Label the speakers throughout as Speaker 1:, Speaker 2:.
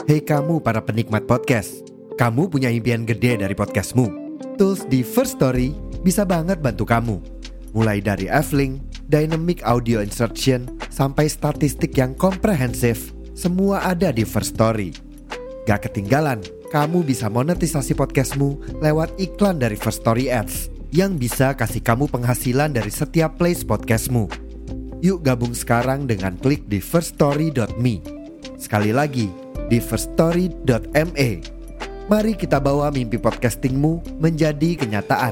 Speaker 1: Hei kamu para penikmat podcast, kamu punya impian gede dari podcastmu. Tools di First Story bisa banget bantu kamu. Mulai dari F-Link, Dynamic Audio Insertion, sampai statistik yang komprehensif, semua ada di First Story. Gak ketinggalan, kamu bisa monetisasi podcastmu lewat iklan dari First Story Ads yang bisa kasih kamu penghasilan dari setiap plays podcastmu. Yuk gabung sekarang dengan klik di firststory.me. Sekali lagi, di firststory.me. Mari kita bawa mimpi podcastingmu menjadi kenyataan.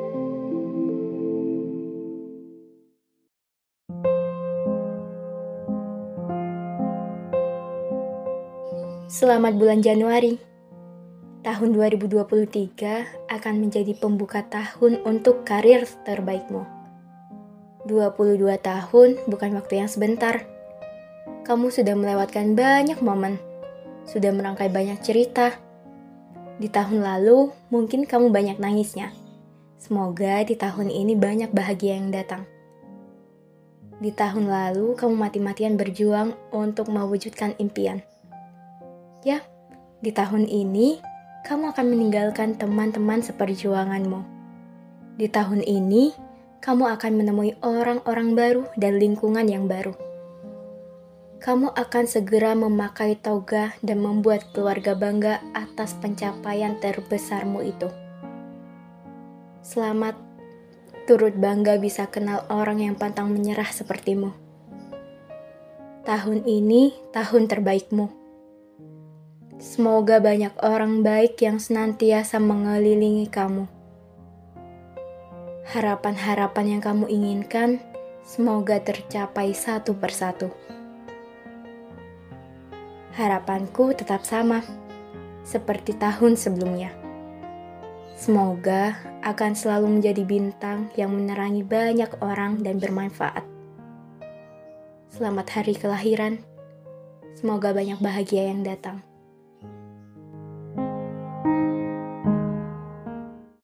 Speaker 2: Selamat bulan Januari. Tahun 2023 akan menjadi pembuka tahun untuk karir terbaikmu. 22 tahun bukan waktu yang sebentar. Kamu sudah melewatkan banyak momen, sudah merangkai banyak cerita. Di tahun lalu mungkin kamu banyak nangisnya. Semoga di tahun ini banyak bahagia yang datang. Di tahun lalu kamu mati-matian berjuang untuk mewujudkan impian. Ya, di tahun ini kamu akan meninggalkan teman-teman seperjuanganmu. Di tahun ini kamu akan menemui orang-orang baru dan lingkungan yang baru. Kamu akan segera memakai toga dan membuat keluarga bangga atas pencapaian terbesarmu itu. Selamat, turut bangga bisa kenal orang yang pantang menyerah sepertimu. Tahun ini tahun terbaikmu. Semoga banyak orang baik yang senantiasa mengelilingi kamu. Harapan-harapan yang kamu inginkan semoga tercapai satu persatu. Harapanku tetap sama, seperti tahun sebelumnya. Semoga akan selalu menjadi bintang yang menerangi banyak orang dan bermanfaat. Selamat hari kelahiran, semoga banyak bahagia yang datang.